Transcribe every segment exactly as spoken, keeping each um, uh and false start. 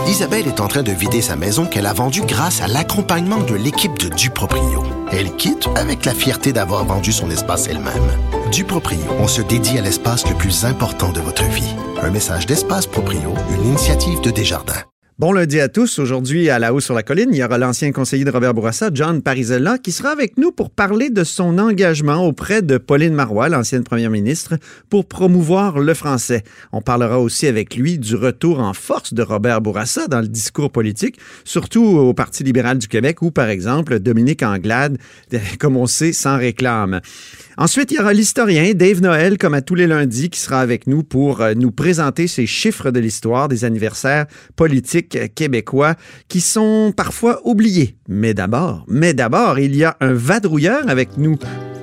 Isabelle est en train de vider sa maison qu'elle a vendue grâce à l'accompagnement de l'équipe de Duproprio. Elle quitte avec la fierté d'avoir vendu son espace elle-même. Duproprio, on se dédie à l'espace le plus important de votre vie. Un message d'Espace Proprio, une initiative de Desjardins. Bon lundi à tous. Aujourd'hui, à La Haut sur la colline, il y aura l'ancien conseiller de Robert Bourassa, John Parisella, qui sera avec nous pour parler de son engagement auprès de Pauline Marois, l'ancienne première ministre, pour promouvoir le français. On parlera aussi avec lui du retour en force de Robert Bourassa dans le discours politique, surtout au Parti libéral du Québec, où, par exemple, Dominique Anglade, comme on sait, s'en réclame. Ensuite, il y aura l'historien Dave Noël, comme à tous les lundis, qui sera avec nous pour nous présenter ces chiffres de l'histoire des anniversaires politiques québécois qui sont parfois oubliés. Mais d'abord, mais d'abord, il y a un vadrouilleur avec nous.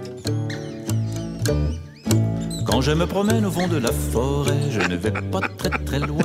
Quand je me promène au fond de la forêt, je ne vais pas très très loin.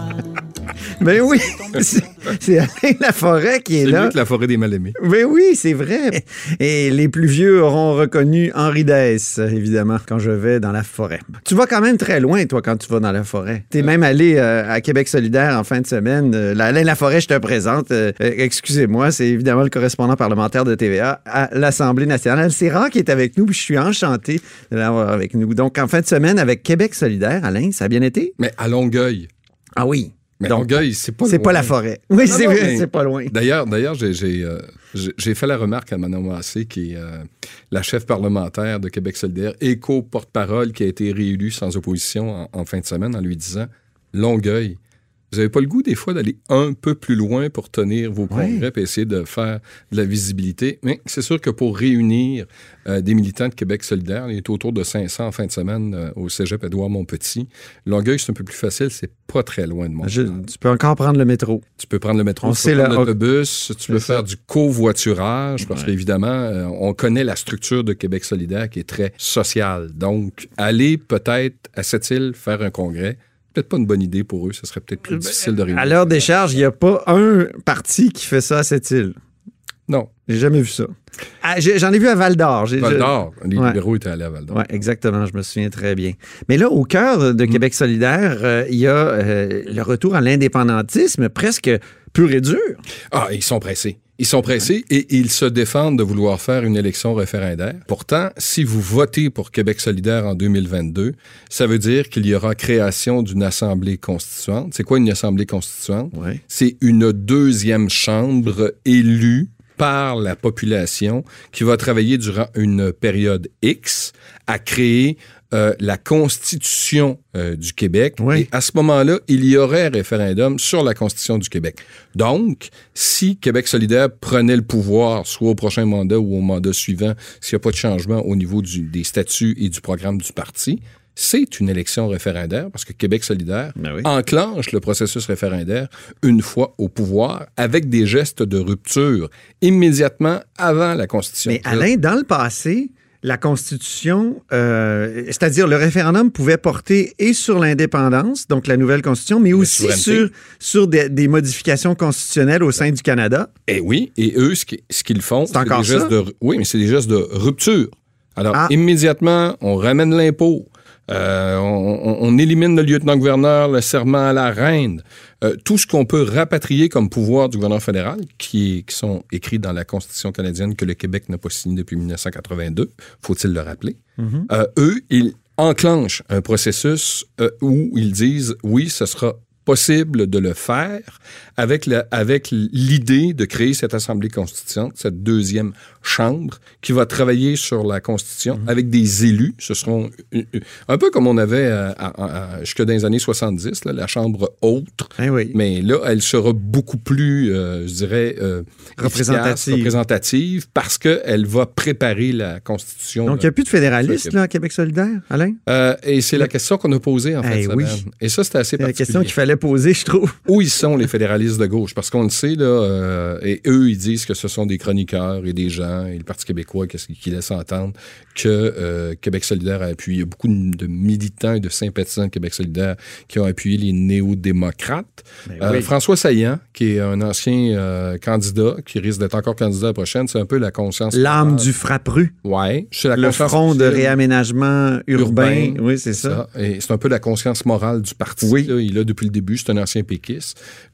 Ben oui, c'est, c'est Alain Laforêt qui est c'est là. C'est mieux que la forêt des mal-aimés. Ben oui, c'est vrai. Et les plus vieux auront reconnu Henri Dess, évidemment, quand je vais dans la forêt. Tu vas quand même très loin, toi, quand tu vas dans la forêt. T'es même allé euh, à Québec solidaire en fin de semaine. Euh, Alain Laforêt, je te présente. Euh, excusez-moi, c'est évidemment le correspondant parlementaire de T V A à l'Assemblée nationale. C'est rare qu'il est avec nous, puis je suis enchanté de l'avoir avec nous. Donc, en fin de semaine, avec Québec solidaire, Alain, ça a bien été? Mais à Longueuil. Ah oui. Mais Donc, Longueuil, c'est pas C'est loin. pas la forêt. Oui, non, c'est non, vrai, mais... c'est pas loin. D'ailleurs, d'ailleurs j'ai, j'ai, euh, j'ai, j'ai fait la remarque à Manon Massé, qui est euh, la chef parlementaire de Québec solidaire et co-porte-parole qui a été réélue sans opposition en, en fin de semaine, en lui disant « Longueuil, vous n'avez pas le goût des fois d'aller un peu plus loin pour tenir vos congrès et essayer de faire de la visibilité. » Mais c'est sûr que pour réunir euh, des militants de Québec solidaire, il est autour de cinq cents en fin de semaine euh, au cégep Édouard-Montpetit. Longueuil, c'est un peu plus facile, c'est pas très loin de Montréal. Je, tu peux encore prendre le métro. Tu peux prendre le métro, on tu peux prendre la... l'autobus, tu peux ça. faire du covoiturage, parce ouais. qu'évidemment, euh, on connaît la structure de Québec solidaire qui est très sociale. Donc, aller peut-être à Sept-Îles faire un congrès, peut-être pas une bonne idée pour eux. Ça serait peut-être plus difficile de réunir. À l'heure des charges, il n'y a pas un parti qui fait ça à cette île. Non. J'ai jamais vu ça. Ah, j'ai, j'en ai vu à Val-d'Or. J'ai, Val-d'Or. Les ouais. libéraux étaient allés à Val-d'Or. Oui, exactement. Je me souviens très bien. Mais là, au cœur de Québec solidaire, euh, il y a euh, le retour à l'indépendantisme presque pur et dur. Ah, ils sont pressés. Ils sont pressés et ils se défendent de vouloir faire une élection référendaire. Pourtant, si vous votez pour Québec solidaire en deux mille vingt-deux, ça veut dire qu'il y aura création d'une assemblée constituante. C'est quoi une assemblée constituante? Ouais. C'est une deuxième chambre élue par la population qui va travailler durant une période X à créer euh, la Constitution euh, du Québec. Oui. Et à ce moment-là, il y aurait un référendum sur la Constitution du Québec. Donc, si Québec solidaire prenait le pouvoir, soit au prochain mandat ou au mandat suivant, s'il n'y a pas de changement au niveau du, des statuts et du programme du parti, c'est une élection référendaire parce que Québec solidaire ben oui. enclenche le processus référendaire une fois au pouvoir avec des gestes de rupture immédiatement avant la Constitution. Mais Alain, dans le passé, la Constitution, euh, c'est-à-dire le référendum pouvait porter et sur l'indépendance, donc la nouvelle Constitution, mais aussi la sur, sur des, des modifications constitutionnelles au sein du Canada. Eh oui, et eux, ce, qui, ce qu'ils font, c'est, c'est encore des gestes ça? de, oui, mais c'est des gestes de rupture. Alors, ah. immédiatement, on ramène l'impôt. Euh, on, on élimine le lieutenant-gouverneur, le serment à la reine, euh, tout ce qu'on peut rapatrier comme pouvoir du gouvernement fédéral, qui, est, qui sont écrits dans la Constitution canadienne que le Québec n'a pas signé depuis dix-neuf cent quatre-vingt-deux, faut-il le rappeler. Mm-hmm. Euh, eux, ils enclenchent un processus euh, où ils disent, oui, ce sera possible de le faire avec, la, avec l'idée de créer cette Assemblée constituante, cette deuxième chambre qui va travailler sur la Constitution mmh. avec des élus. Ce seront un peu comme on avait à, à, à, jusque dans les années soixante-dix, là, la Chambre haute. Eh oui. Mais là, elle sera beaucoup plus, euh, je dirais, euh, représentative. Efficace, représentative parce qu'elle va préparer la Constitution. Donc, il n'y a plus de fédéralistes là, à Québec solidaire, Alain? Euh, et c'est la question qu'on a posée en fait. Eh oui. Et ça, c'était assez c'est particulier. la question qu'il fallait poser, je trouve. Où ils sont, les fédéralistes de gauche? Parce qu'on le sait, là, euh, et eux, ils disent que ce sont des chroniqueurs et des gens, et le Parti québécois qui, qui laisse entendre que euh, Québec solidaire a appuyé. Il y a beaucoup de militants et de sympathisants de Québec solidaire qui ont appuyé les néo-démocrates. Euh, oui. François Saillant, qui est un ancien euh, candidat, qui risque d'être encore candidat la prochaine, c'est un peu la conscience... L'âme du frappru. Oui. C'est la le front de réaménagement urbain. urbain. Oui, c'est ça. ça. Et c'est un peu la conscience morale du parti. Oui. Là. Il a depuis le début, c'est un ancien péquiste. Lui, il dit,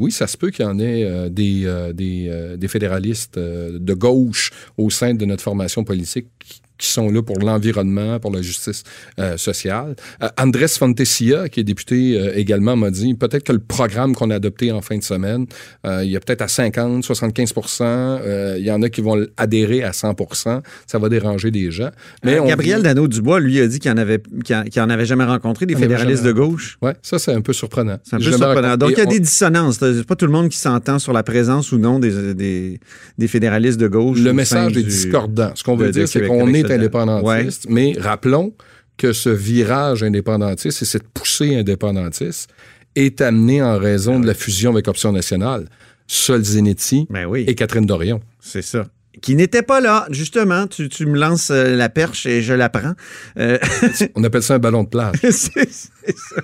oui, ça se peut qu'il y en ait euh, des, euh, des, euh, des fédéralistes euh, de gauche au sein de notre formation politique qui, qui sont là pour l'environnement, pour la justice euh, sociale. Euh, Andrés Fontecilla, qui est député euh, également, m'a dit peut-être que le programme qu'on a adopté en fin de semaine, euh, il y a peut-être à cinquante, soixante-quinze pour cent, euh, il y en a qui vont adhérer à cent pour cent. Ça va déranger des gens. Mais euh, Gabriel dit... Dano-Dubois, lui, a dit qu'il n'en avait, qu'il en, qu'il en avait jamais rencontré des fédéralistes jamais... de gauche. Oui, ça, c'est un peu surprenant. C'est un peu surprenant. Raconté. Donc, il y a on... des dissonances. C'est pas tout le monde qui s'entend sur la présence ou non des, des, des fédéralistes de gauche. Le message est du... discordant. Ce qu'on veut de, dire, de c'est qu'on est indépendantiste. Ouais. Mais rappelons que ce virage indépendantiste et cette poussée indépendantiste est amenée en raison de la fusion avec Option nationale. Sol Zanetti ben oui. et Catherine Dorion. C'est ça. Qui n'était pas là, justement. Tu, tu me lances la perche et je la prends. Euh... On appelle ça un ballon de plage. c'est, c'est ça.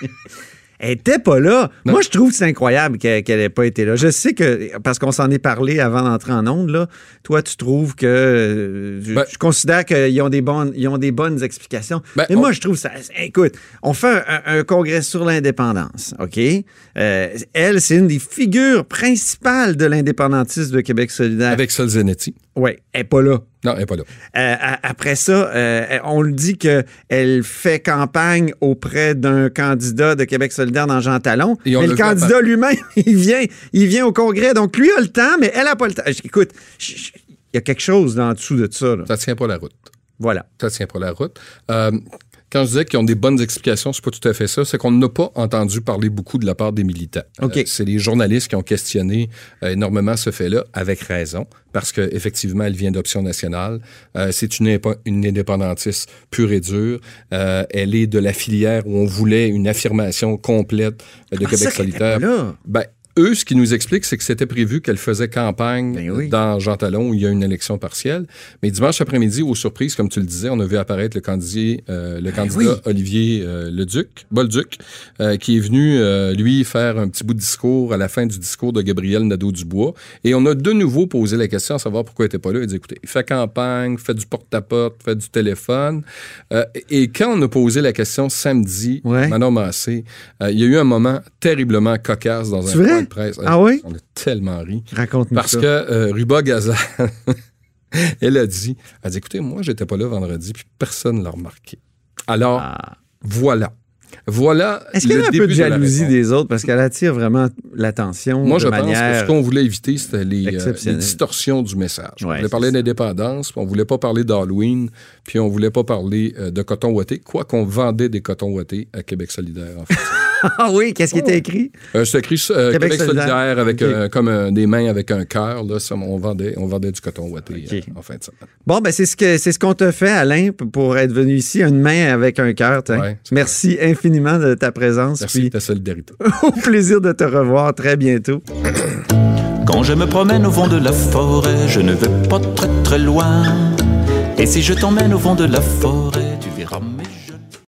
Elle n'était pas là. Non. Moi, je trouve que c'est incroyable qu'elle n'ait pas été là. Je sais que, parce qu'on s'en est parlé avant d'entrer en ondes, là, toi, tu trouves que... Ben, je, je considère qu'ils ont des bonnes, ils ont des bonnes explications. Ben, Mais on... moi, je trouve ça... Écoute, on fait un, un congrès sur l'indépendance, OK? Euh, elle, c'est une des figures principales de l'indépendantisme de Québec solidaire. Avec Sol Zanetti. Oui, elle n'est pas là. Non, elle n'est pas là. Euh, après ça, euh, on le dit qu'elle fait campagne auprès d'un candidat de Québec solidaire dans Jean Talon. Mais le, le candidat à... lui-même, il vient, il vient au congrès. Donc, lui a le temps, mais elle n'a pas le temps. Écoute, il y a quelque chose en dessous de ça. Là. Ça ne tient pas la route. Voilà. Ça ne tient pas la route. Euh, Quand je disais qu'ils ont des bonnes explications, c'est pas tout à fait ça. C'est qu'on n'a pas entendu parler beaucoup de la part des militants. Okay. Euh, c'est les journalistes qui ont questionné euh, énormément ce fait-là, avec raison, parce qu'effectivement, elle vient d'Option nationale. Euh, c'est une, une indépendantiste pure et dure. Euh, elle est de la filière où on voulait une affirmation complète euh, de ah, Québec solidaire. Ben, eux, ce qu'ils nous expliquent, c'est que c'était prévu qu'elle faisait campagne ben oui. dans Jean Talon où il y a une élection partielle. Mais dimanche après-midi, aux surprises, comme tu le disais, on a vu apparaître le candidat, euh, le ben candidat oui. Olivier euh, Leduc, Bolduc, euh, qui est venu, euh, lui, faire un petit bout de discours à la fin du discours de Gabriel Nadeau-Dubois. Et on a de nouveau posé la question à savoir pourquoi il n'était pas là. Il dit, écoutez, il fait campagne, fait du porte-à-porte, fait du téléphone. Euh, et quand on a posé la question samedi, ouais. Manon Massé, euh, il y a eu un moment terriblement cocasse dans un point de presse. Ah oui? On a tellement ri. Raconte-nous Parce ça. que euh, Ruba Gazal, elle a dit, elle a dit, écoutez, moi, j'étais pas là vendredi, puis personne ne l'a remarqué. Alors, ah. voilà. Voilà. Est-ce qu'il y a un peu de jalousie des autres parce qu'elle attire vraiment l'attention? Moi, je de pense manière que ce qu'on voulait éviter, c'était les, euh, les distorsions du message. Ouais, on voulait parler d'indépendance, puis on voulait pas parler d'Halloween, puis on voulait pas parler euh, de coton ouaté, quoi qu'on vendait des cotons ouatés à Québec solidaire, en fait. Ah oui, qu'est-ce qui était écrit? Euh, c'était écrit euh, Québec, Québec solidaire, solidaire avec okay. euh, comme euh, des mains avec un cœur. Là, ça, on, vendait, on vendait du coton ouaté okay. euh, en fin de semaine. Bon, ben c'est ce, que, c'est ce qu'on te fait, Alain, pour être venu ici, une main avec un cœur. Ouais, merci vrai. infiniment de ta présence. Merci puis, de ta solidarité. Au plaisir de te revoir très bientôt. Quand je me promène au fond de la forêt, je ne vais pas très très loin. Et si je t'emmène au fond de la forêt, tu verras mes